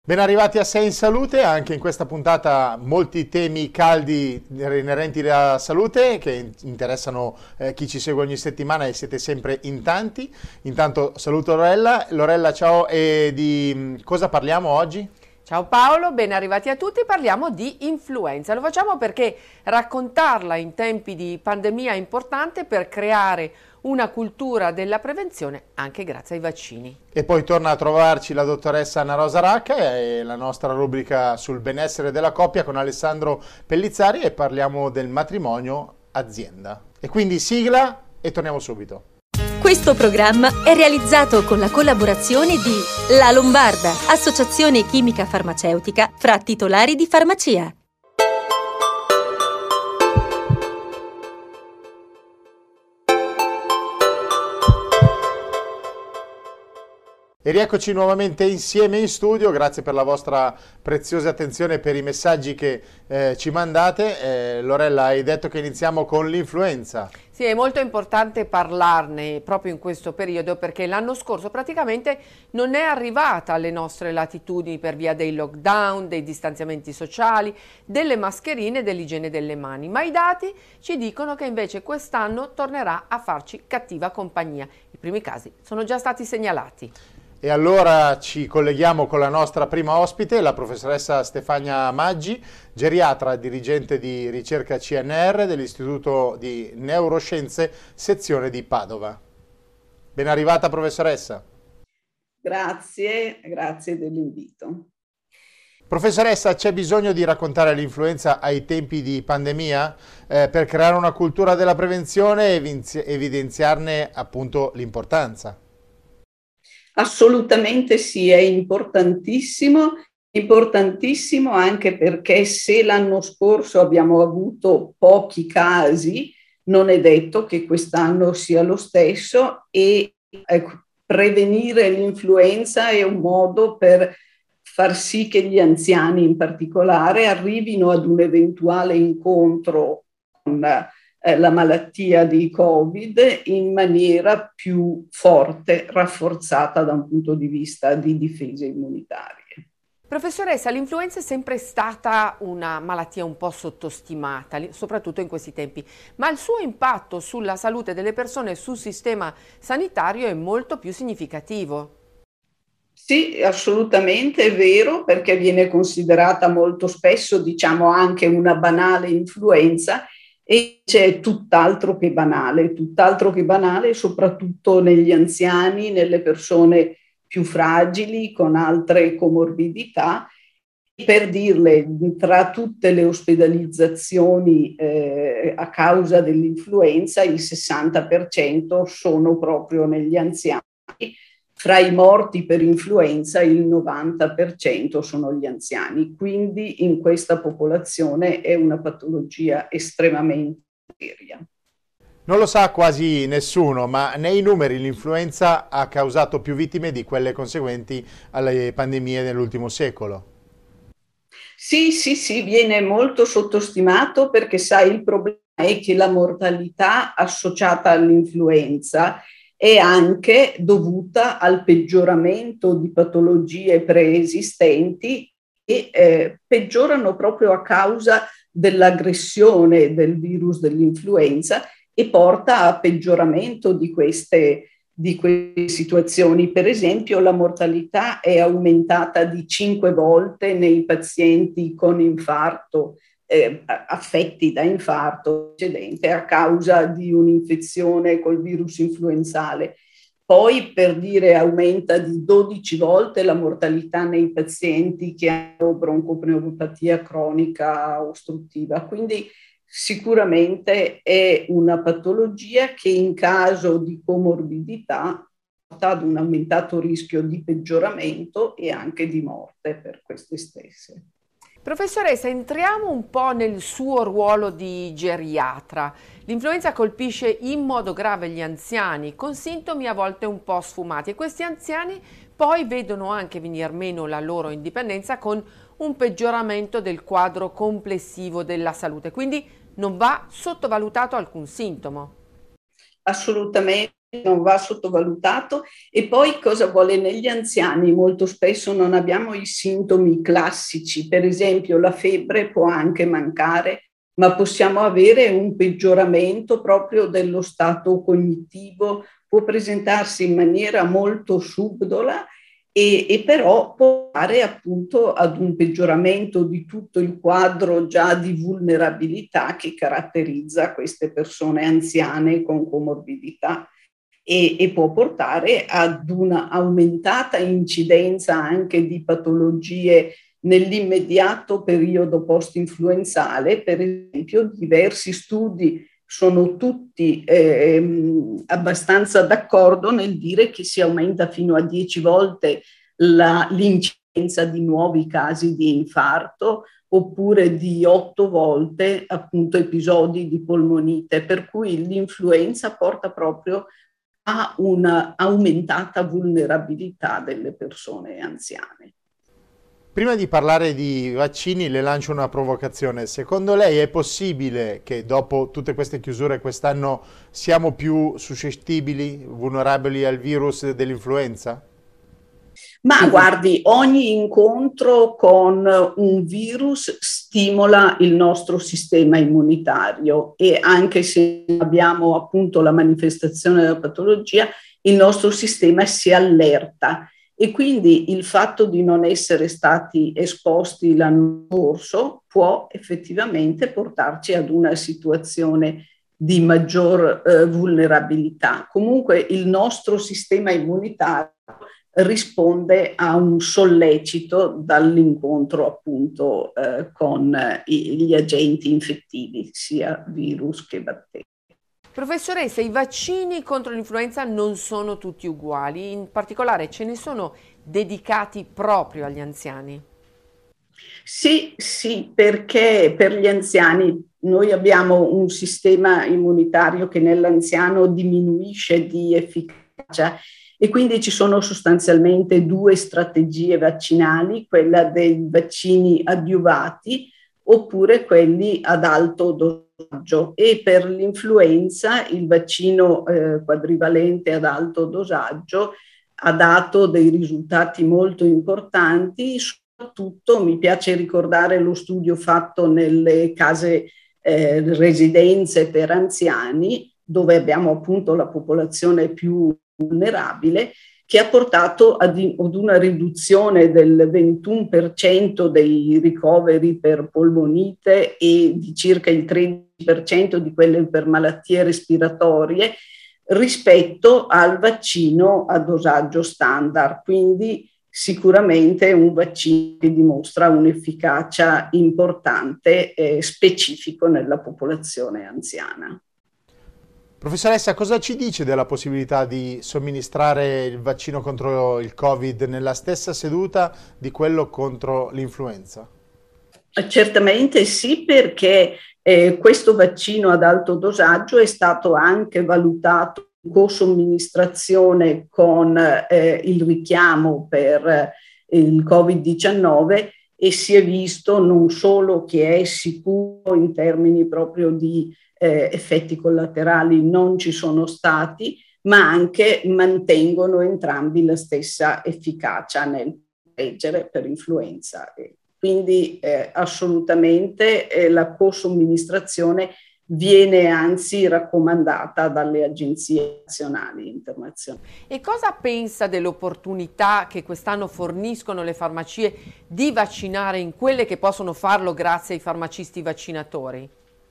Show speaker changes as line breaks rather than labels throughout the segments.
Ben arrivati a Sei in Salute, anche in questa puntata molti temi caldi inerenti alla salute che interessano chi ci segue ogni settimana e siete sempre in tanti. Intanto saluto Lorella. Lorella, ciao, e di cosa parliamo oggi?
Ciao Paolo, ben arrivati a tutti. Parliamo di influenza. Lo facciamo perché raccontarla in tempi di pandemia è importante per creare una cultura della prevenzione anche grazie ai vaccini.
E poi torna a trovarci la dottoressa Anna Rosa Racca e la nostra rubrica sul benessere della coppia con Alessandro Pellizzari e parliamo del matrimonio azienda. E quindi sigla e torniamo subito.
Questo programma è realizzato con la collaborazione di La Lombarda, associazione chimica farmaceutica fra titolari di farmacia.
E rieccoci nuovamente insieme in studio, grazie per la vostra preziosa attenzione e per i messaggi che ci mandate. Lorella, hai detto che iniziamo con l'influenza.
Sì, è molto importante parlarne proprio in questo periodo perché l'anno scorso praticamente non è arrivata alle nostre latitudini per via dei lockdown, dei distanziamenti sociali, delle mascherine e dell'igiene delle mani, ma i dati ci dicono che invece quest'anno tornerà a farci cattiva compagnia. I primi casi sono già stati segnalati.
E allora ci colleghiamo con la nostra prima ospite, la professoressa Stefania Maggi, geriatra, dirigente di ricerca CNR dell'Istituto di Neuroscienze, sezione di Padova. Ben arrivata, professoressa.
Grazie dell'invito.
Professoressa, c'è bisogno di raccontare l'influenza ai tempi di pandemia per creare una cultura della prevenzione e evidenziarne appunto l'importanza?
Assolutamente sì, è importantissimo anche perché se l'anno scorso abbiamo avuto pochi casi, non è detto che quest'anno sia lo stesso e prevenire l'influenza è un modo per far sì che gli anziani in particolare arrivino ad un eventuale incontro con la malattia di Covid in maniera più forte, rafforzata da un punto di vista di difese immunitarie.
Professoressa, l'influenza è sempre stata una malattia un po' sottostimata, soprattutto in questi tempi, ma il suo impatto sulla salute delle persone e sul sistema sanitario è molto più significativo.
Sì, assolutamente è vero, perché viene considerata molto spesso, diciamo, anche una banale influenza, e c'è tutt'altro che banale, soprattutto negli anziani, nelle persone più fragili, con altre comorbidità. Per dirle, tra tutte le ospedalizzazioni a causa dell'influenza, il 60% sono proprio negli anziani. Fra i morti per influenza il 90% sono gli anziani, quindi in questa popolazione è una patologia estremamente seria.
Non lo sa quasi nessuno, ma nei numeri l'influenza ha causato più vittime di quelle conseguenti alle pandemie nell'ultimo secolo.
Sì, viene molto sottostimato perché, sai, il problema è che la mortalità associata all'influenza è anche dovuta al peggioramento di patologie preesistenti e peggiorano proprio a causa dell'aggressione del virus dell'influenza e porta a peggioramento di queste situazioni. Per esempio, la mortalità è aumentata di 5 volte nei pazienti con infarto, affetti da infarto precedente a causa di un'infezione col virus influenzale. Poi, per dire, aumenta di 12 volte la mortalità nei pazienti che hanno broncopneumopatia cronica ostruttiva. Quindi sicuramente è una patologia che in caso di comorbidità porta ad un aumentato rischio di peggioramento e anche di morte per queste stesse.
Professoressa, entriamo un po' nel suo ruolo di geriatra. L'influenza colpisce in modo grave gli anziani, con sintomi a volte un po' sfumati, e questi anziani poi vedono anche venir meno la loro indipendenza con un peggioramento del quadro complessivo della salute, quindi non va sottovalutato alcun sintomo.
Assolutamente, non va sottovalutato. E poi cosa vuole negli anziani? Molto spesso non abbiamo i sintomi classici, per esempio la febbre può anche mancare, ma possiamo avere un peggioramento proprio dello stato cognitivo, può presentarsi in maniera molto subdola e però portare appunto ad un peggioramento di tutto il quadro già di vulnerabilità che caratterizza queste persone anziane con comorbidità e può portare ad una aumentata incidenza anche di patologie nell'immediato periodo post-influenzale. Per esempio, diversi studi sono tutti abbastanza d'accordo nel dire che si aumenta fino a 10 volte l'incidenza di nuovi casi di infarto, oppure di 8 volte appunto episodi di polmonite, per cui l'influenza porta proprio a una aumentata vulnerabilità delle persone anziane.
Prima di parlare di vaccini le lancio una provocazione. Secondo lei è possibile che dopo tutte queste chiusure quest'anno siamo più suscettibili, vulnerabili al virus dell'influenza?
Ma guardi, ogni incontro con un virus stimola il nostro sistema immunitario e anche se abbiamo appunto la manifestazione della patologia, il nostro sistema si allerta. E quindi il fatto di non essere stati esposti l'anno scorso può effettivamente portarci ad una situazione di maggior vulnerabilità. Comunque il nostro sistema immunitario risponde a un sollecito dall'incontro appunto con gli agenti infettivi, sia virus che batteri.
Professoressa, i vaccini contro l'influenza non sono tutti uguali, in particolare ce ne sono dedicati proprio agli anziani?
Sì, perché per gli anziani noi abbiamo un sistema immunitario che nell'anziano diminuisce di efficacia e quindi ci sono sostanzialmente due strategie vaccinali, quella dei vaccini adiuvati oppure quelli ad alto dosaggio, e per l'influenza il vaccino quadrivalente ad alto dosaggio ha dato dei risultati molto importanti. Soprattutto mi piace ricordare lo studio fatto nelle case residenze per anziani, dove abbiamo appunto la popolazione più vulnerabile, che ha portato ad una riduzione del 21% dei ricoveri per polmonite e di circa il 13% di quelle per malattie respiratorie rispetto al vaccino a dosaggio standard. Quindi sicuramente un vaccino che dimostra un'efficacia importante e specifico nella popolazione anziana.
Professoressa, cosa ci dice della possibilità di somministrare il vaccino contro il Covid nella stessa seduta di quello contro l'influenza?
Certamente sì, perché questo vaccino ad alto dosaggio è stato anche valutato in co-somministrazione con il richiamo per il Covid-19 e si è visto non solo che è sicuro in termini proprio di effetti collaterali non ci sono stati, ma anche mantengono entrambi la stessa efficacia nel proteggere per influenza. Quindi assolutamente la co-somministrazione viene anzi raccomandata dalle agenzie nazionali e internazionali.
E cosa pensa dell'opportunità che quest'anno forniscono le farmacie di vaccinare in quelle che possono farlo grazie ai farmacisti vaccinatori?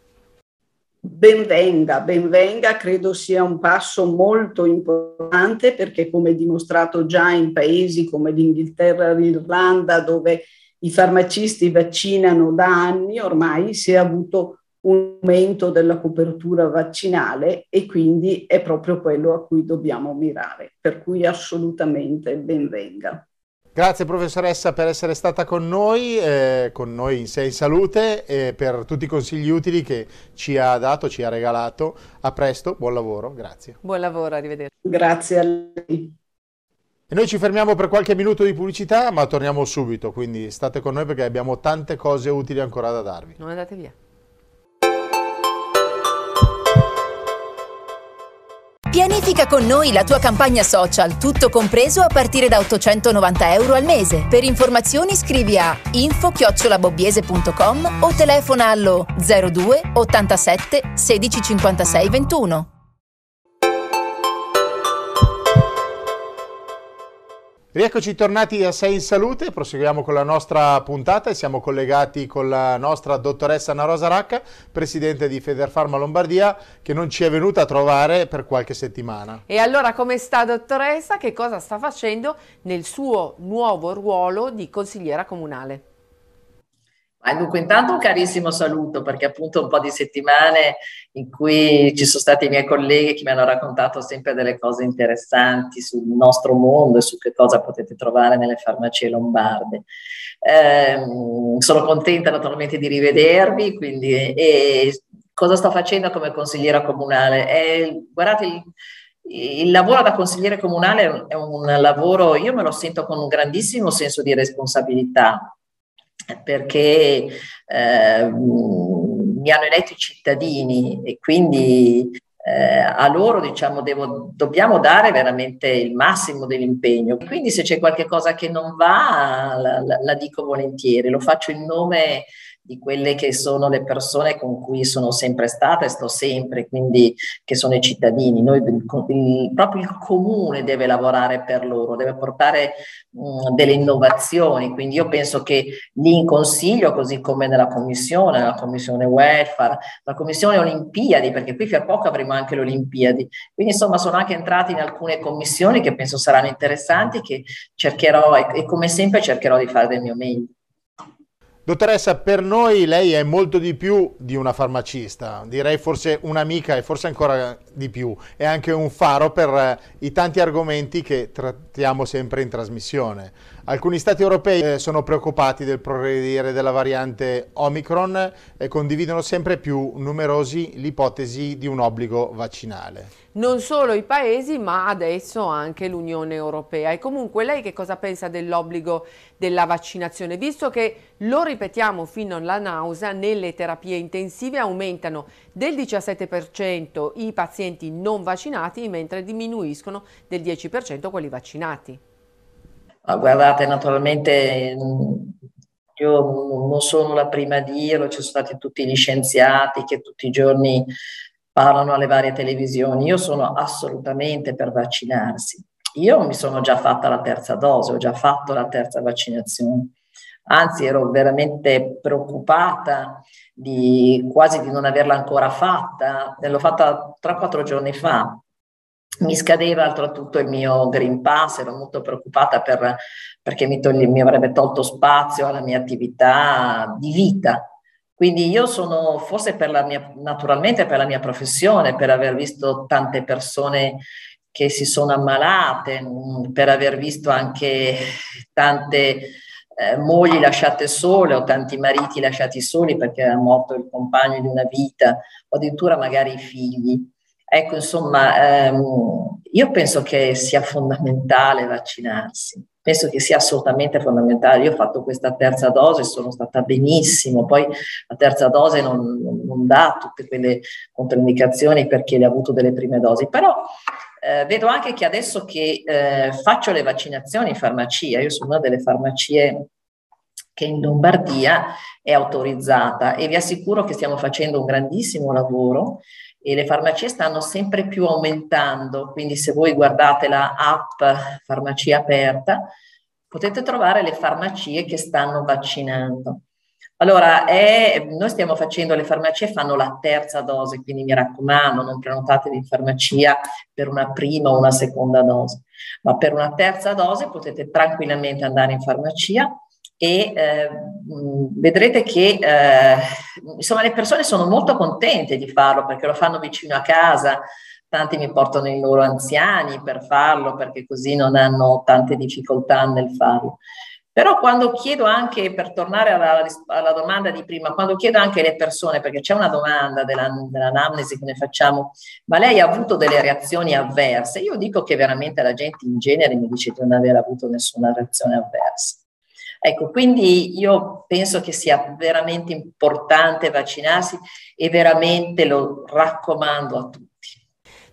Ben venga, credo sia un passo molto importante perché, come dimostrato già in paesi come l'Inghilterra e l'Irlanda, dove i farmacisti vaccinano da anni, ormai si è avuto un aumento della copertura vaccinale e quindi è proprio quello a cui dobbiamo mirare, per cui assolutamente ben venga.
Grazie professoressa per essere stata con noi in Sei in Salute e per tutti i consigli utili che ci ha dato, ci ha regalato. A presto, buon lavoro, grazie.
Buon lavoro, arrivederci.
Grazie a lei.
E noi ci fermiamo per qualche minuto di pubblicità, ma torniamo subito, quindi state con noi perché abbiamo tante cose utili ancora da darvi.
Non andate via.
Pianifica con noi la tua campagna social, tutto compreso a partire da €890 al mese. Per informazioni scrivi a info@bobbiese.com o telefona allo 02 87 16 56 21.
Rieccoci tornati a Sei in Salute, proseguiamo con la nostra puntata e siamo collegati con la nostra dottoressa Anna Rosa Racca, presidente di Federfarma Lombardia, che non ci è venuta a trovare per qualche settimana.
E allora come sta, dottoressa? Che cosa sta facendo nel suo nuovo ruolo di consigliera comunale?
Dunque, intanto un carissimo saluto, perché appunto un po' di settimane in cui ci sono stati i miei colleghi che mi hanno raccontato sempre delle cose interessanti sul nostro mondo e su che cosa potete trovare nelle farmacie lombarde. Sono contenta naturalmente di rivedervi, quindi, e cosa sto facendo come consigliera comunale? Guardate, il lavoro da consigliere comunale è un lavoro, io me lo sento con un grandissimo senso di responsabilità, perché mi hanno eletto i cittadini e quindi a loro, diciamo, dobbiamo dare veramente il massimo dell'impegno. Quindi se c'è qualche cosa che non va, la dico volentieri, lo faccio in nome di quelle che sono le persone con cui sono sempre stata e sto sempre, quindi che sono i cittadini. Proprio il comune deve lavorare per loro, deve portare delle innovazioni, quindi io penso che lì in consiglio, così come nella commissione welfare, la commissione Olimpiadi, perché qui fra poco avremo anche le Olimpiadi, quindi insomma sono anche entrati in alcune commissioni che penso saranno interessanti, che cercherò e come sempre cercherò di fare del mio meglio.
Dottoressa, per noi lei è molto di più di una farmacista, direi forse un'amica e forse ancora di più, è anche un faro per i tanti argomenti che trattiamo sempre in trasmissione. Alcuni stati europei sono preoccupati del progredire della variante Omicron e condividono sempre più numerosi l'ipotesi di un obbligo vaccinale.
Non solo i paesi, ma adesso anche l'Unione Europea. E comunque lei che cosa pensa dell'obbligo della vaccinazione? Visto che, lo ripetiamo fino alla nausea, nelle terapie intensive aumentano del 17% i pazienti non vaccinati, mentre diminuiscono del 10% quelli vaccinati.
Guardate, naturalmente io non sono la prima a dirlo, ci sono stati tutti gli scienziati che tutti i giorni parlano alle varie televisioni. Io sono assolutamente per vaccinarsi. Io mi sono già fatta la terza dose, ho già fatto la terza vaccinazione. Anzi, ero veramente preoccupata quasi di non averla ancora fatta. L'ho fatta 3-4 giorni fa. Mi scadeva oltretutto il mio Green Pass, ero molto preoccupata perché mi avrebbe tolto spazio alla mia attività di vita. Quindi io sono forse naturalmente per la mia professione, per aver visto tante persone che si sono ammalate, per aver visto anche tante mogli lasciate sole o tanti mariti lasciati soli perché era morto il compagno di una vita o addirittura magari i figli. Ecco, insomma, io penso che sia fondamentale vaccinarsi. Penso che sia assolutamente fondamentale. Io ho fatto questa terza dose, sono stata benissimo, poi la terza dose non dà tutte quelle controindicazioni per chi le ha avuto delle prime dosi, però vedo anche che adesso che faccio le vaccinazioni in farmacia, io sono una delle farmacie che in Lombardia è autorizzata e vi assicuro che stiamo facendo un grandissimo lavoro e le farmacie stanno sempre più aumentando, quindi se voi guardate la app Farmacia Aperta potete trovare le farmacie che stanno vaccinando. Allora, noi stiamo facendo, le farmacie fanno la terza dose, quindi mi raccomando, non prenotatevi in farmacia per una prima o una seconda dose, ma per una terza dose potete tranquillamente andare in farmacia e vedrete che insomma le persone sono molto contente di farlo perché lo fanno vicino a casa, tanti mi portano i loro anziani per farlo perché così non hanno tante difficoltà nel farlo. Però quando chiedo anche, per tornare alla domanda di prima, quando chiedo anche alle persone, perché c'è una domanda dell'anamnesi che ne facciamo, ma lei ha avuto delle reazioni avverse? Io dico che veramente la gente in genere mi dice di non aver avuto nessuna reazione avversa. Ecco, quindi io penso che sia veramente importante vaccinarsi e veramente lo raccomando a tutti.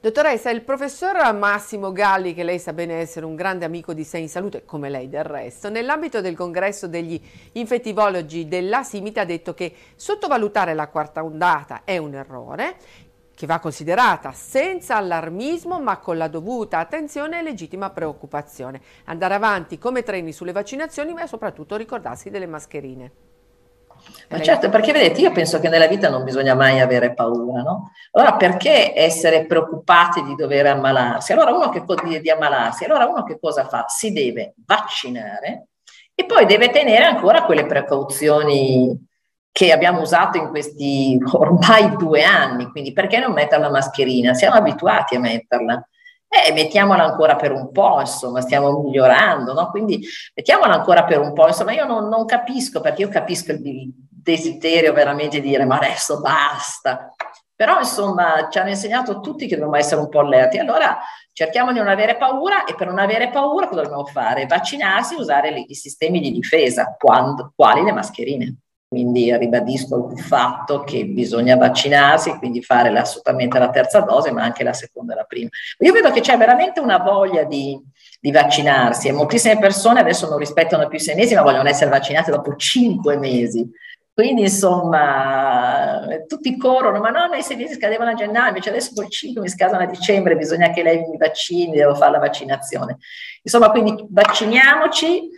Dottoressa, il professor Massimo Galli, che lei sa bene essere un grande amico di Sei in Salute, come lei del resto, nell'ambito del congresso degli infettivologi della Simit ha detto che sottovalutare la quarta ondata è un errore, che va considerata senza allarmismo ma con la dovuta attenzione e legittima preoccupazione. Andare avanti come treni sulle vaccinazioni, ma soprattutto ricordarsi delle mascherine.
Ma certo, perché vedete, io penso che nella vita non bisogna mai avere paura, no? Allora perché essere preoccupati di dover ammalarsi? Allora di ammalarsi, allora uno che cosa fa? Si deve vaccinare e poi deve tenere ancora quelle precauzioni che abbiamo usato in questi ormai 2 anni, quindi perché non mettere la mascherina? Siamo abituati a metterla. Mettiamola ancora per un po', insomma, stiamo migliorando, no? Quindi mettiamola ancora per un po', insomma, io non capisco, perché io capisco il desiderio veramente di dire ma adesso basta, però insomma ci hanno insegnato tutti che dobbiamo essere un po' allerti, allora cerchiamo di non avere paura e per non avere paura cosa dobbiamo fare? Vaccinarsi e usare i sistemi di difesa, quali le mascherine. Quindi ribadisco il fatto che bisogna vaccinarsi e quindi fare assolutamente la terza dose, ma anche la seconda e la prima. Io vedo che c'è veramente una voglia di vaccinarsi e moltissime persone adesso non rispettano più i 6 mesi, ma vogliono essere vaccinate dopo 5 mesi. Quindi insomma tutti corrono, ma no, i 6 mesi scadevano a gennaio, invece adesso poi 5 mi scadono a dicembre, bisogna che lei mi vaccini, devo fare la vaccinazione. Insomma, quindi vacciniamoci,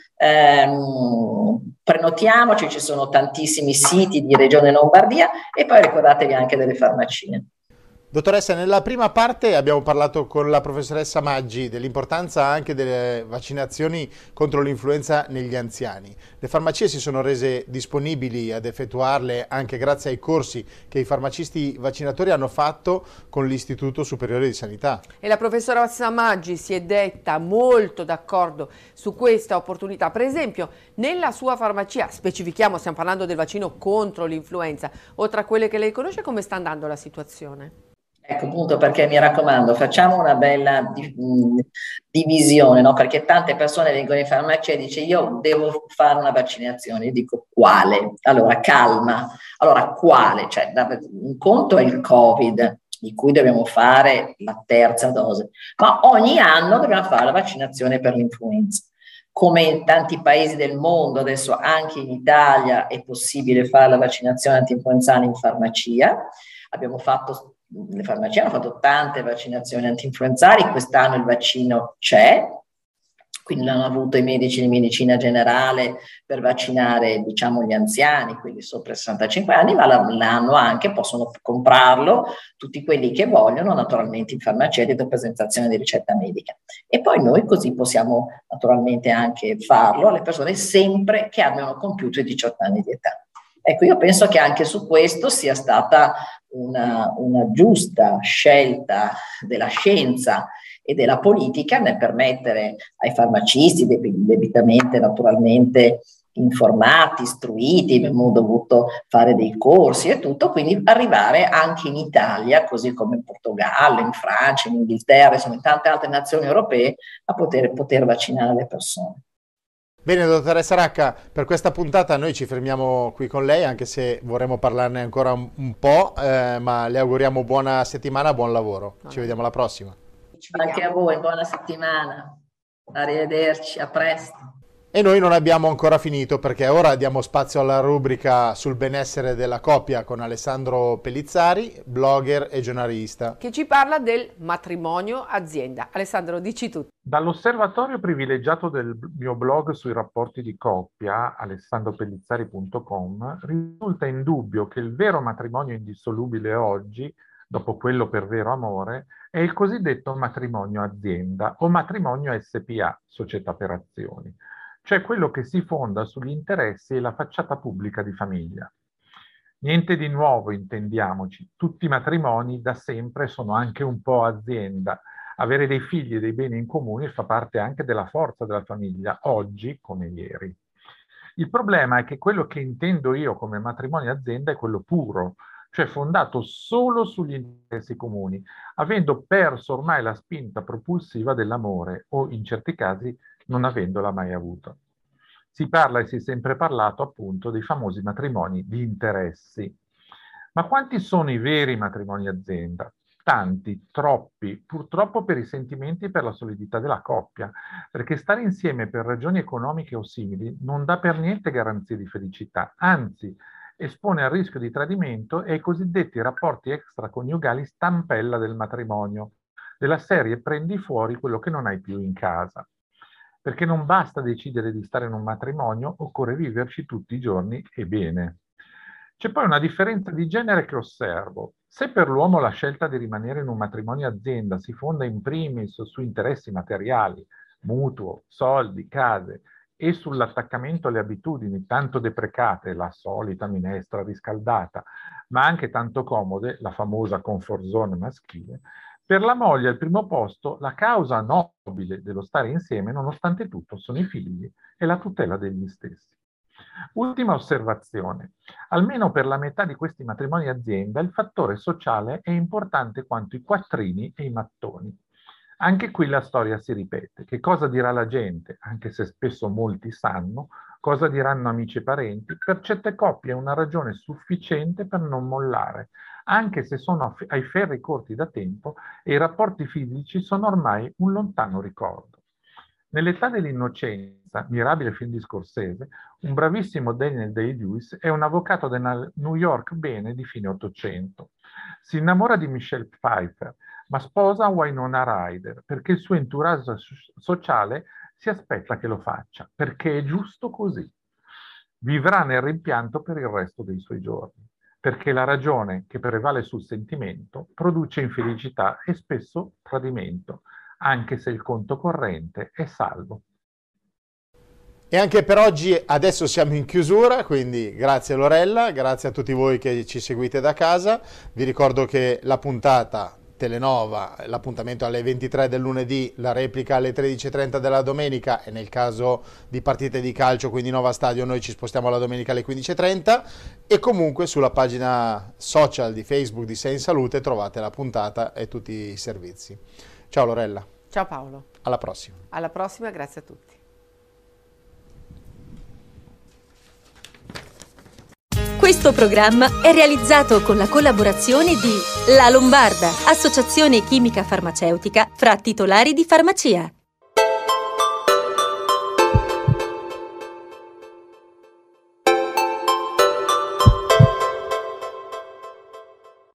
prenotiamoci, ci sono tantissimi siti di Regione Lombardia e poi ricordatevi anche delle farmacine.
Dottoressa, nella prima parte abbiamo parlato con la professoressa Maggi dell'importanza anche delle vaccinazioni contro l'influenza negli anziani. Le farmacie si sono rese disponibili ad effettuarle anche grazie ai corsi che i farmacisti vaccinatori hanno fatto con l'Istituto Superiore di Sanità.
E la professoressa Maggi si è detta molto d'accordo su questa opportunità. Per esempio, nella sua farmacia, specifichiamo, stiamo parlando del vaccino contro l'influenza, o tra quelle che lei conosce, come sta andando la situazione?
Ecco, appunto, perché mi raccomando, facciamo una bella divisione, no? Perché tante persone vengono in farmacia e dicono io devo fare una vaccinazione, io dico quale? Allora, calma, allora quale? Cioè, un conto è il Covid, di cui dobbiamo fare la terza dose, ma ogni anno dobbiamo fare la vaccinazione per l'influenza. Come in tanti paesi del mondo, adesso anche in Italia è possibile fare la vaccinazione antinfluenzale in farmacia, le farmacie hanno fatto tante vaccinazioni antinfluenzali, quest'anno il vaccino c'è, quindi l'hanno avuto i medici di medicina generale per vaccinare, diciamo, gli anziani, quelli sopra i 65 anni, ma l'hanno anche, possono comprarlo tutti quelli che vogliono, naturalmente in farmacia di presentazione di ricetta medica. E poi noi così possiamo naturalmente anche farlo alle persone sempre che abbiano compiuto i 18 anni di età. Ecco, io penso che anche su questo sia stata una giusta scelta della scienza e della politica nel permettere ai farmacisti, debitamente naturalmente informati, istruiti, abbiamo dovuto fare dei corsi e tutto, quindi arrivare anche in Italia, così come in Portogallo, in Francia, in Inghilterra, insomma in tante altre nazioni europee, a poter vaccinare le persone.
Bene, dottoressa Racca, per questa puntata noi ci fermiamo qui con lei, anche se vorremmo parlarne ancora un po', ma le auguriamo buona settimana, buon lavoro. Ci vediamo alla prossima.
Anche a voi, buona settimana. Arrivederci, a presto.
E noi non abbiamo ancora finito, perché ora diamo spazio alla rubrica sul benessere della coppia con Alessandro Pellizzari, blogger e giornalista,
che ci parla del matrimonio azienda. Alessandro, dici tutto.
Dall'osservatorio privilegiato del mio blog sui rapporti di coppia, alessandropellizzari.com, risulta indubbio che il vero matrimonio indissolubile oggi, dopo quello per vero amore, è il cosiddetto matrimonio azienda o matrimonio SPA, società per azioni, cioè quello che si fonda sugli interessi e la facciata pubblica di famiglia. Niente di nuovo, intendiamoci, tutti i matrimoni da sempre sono anche un po' azienda. Avere dei figli e dei beni in comune fa parte anche della forza della famiglia, oggi come ieri. Il problema è che quello che intendo io come matrimonio azienda è quello puro, cioè fondato solo sugli interessi comuni, avendo perso ormai la spinta propulsiva dell'amore o, in certi casi, non avendola mai avuto. Si parla e si è sempre parlato appunto dei famosi matrimoni di interessi. Ma quanti sono i veri matrimoni azienda? tanti, troppi, purtroppo per i sentimenti e per la solidità della coppia, perché stare insieme per ragioni economiche o simili non dà per niente garanzie di felicità, anzi espone al rischio di tradimento e ai cosiddetti rapporti extraconiugali stampella del matrimonio, della serie prendi fuori quello che non hai più in casa. Perché non basta decidere di stare in un matrimonio, occorre viverci tutti i giorni e bene. C'è poi una differenza di genere che osservo. Se per l'uomo la scelta di rimanere in un matrimonio azienda si fonda in primis su interessi materiali, mutuo, soldi, case, e sull'attaccamento alle abitudini tanto deprecate, la solita minestra riscaldata, ma anche tanto comode, la famosa comfort zone maschile, per la moglie al primo posto la causa nobile dello stare insieme, nonostante tutto, sono i figli e la tutela degli stessi. Ultima osservazione. Almeno per la metà di questi matrimoni azienda il fattore sociale è importante quanto i quattrini e i mattoni. Anche qui la storia si ripete. Che cosa dirà la gente, anche se spesso molti sanno, cosa diranno amici e parenti, per certe coppie è una ragione sufficiente per non mollare, anche se sono ai ferri corti da tempo e i rapporti fisici sono ormai un lontano ricordo. Nell'età dell'innocenza, mirabile film di Scorsese, un bravissimo Daniel Day-Lewis è un avvocato del New York bene di fine Ottocento. Si innamora di Michelle Pfeiffer, ma sposa Winona Ryder perché il suo entourage sociale si aspetta che lo faccia, perché è giusto così. Vivrà nel rimpianto per il resto dei suoi giorni, perché la ragione che prevale sul sentimento produce infelicità e spesso tradimento, anche se il conto corrente è salvo.
E anche per oggi adesso siamo in chiusura, quindi grazie Lorella, grazie a tutti voi che ci seguite da casa. Vi ricordo che la puntata Telenova, l'appuntamento alle 23 del lunedì, la replica alle 13:30 della domenica e nel caso di partite di calcio, quindi Nova Stadio, noi ci spostiamo alla domenica alle 15:30 e comunque sulla pagina social di Facebook di Sei in Salute trovate la puntata e tutti i servizi. Ciao Lorella.
Ciao Paolo.
Alla prossima.
Alla prossima, grazie a tutti.
Questo programma è realizzato con la collaborazione di La Lombarda, associazione chimica farmaceutica fra titolari di farmacia.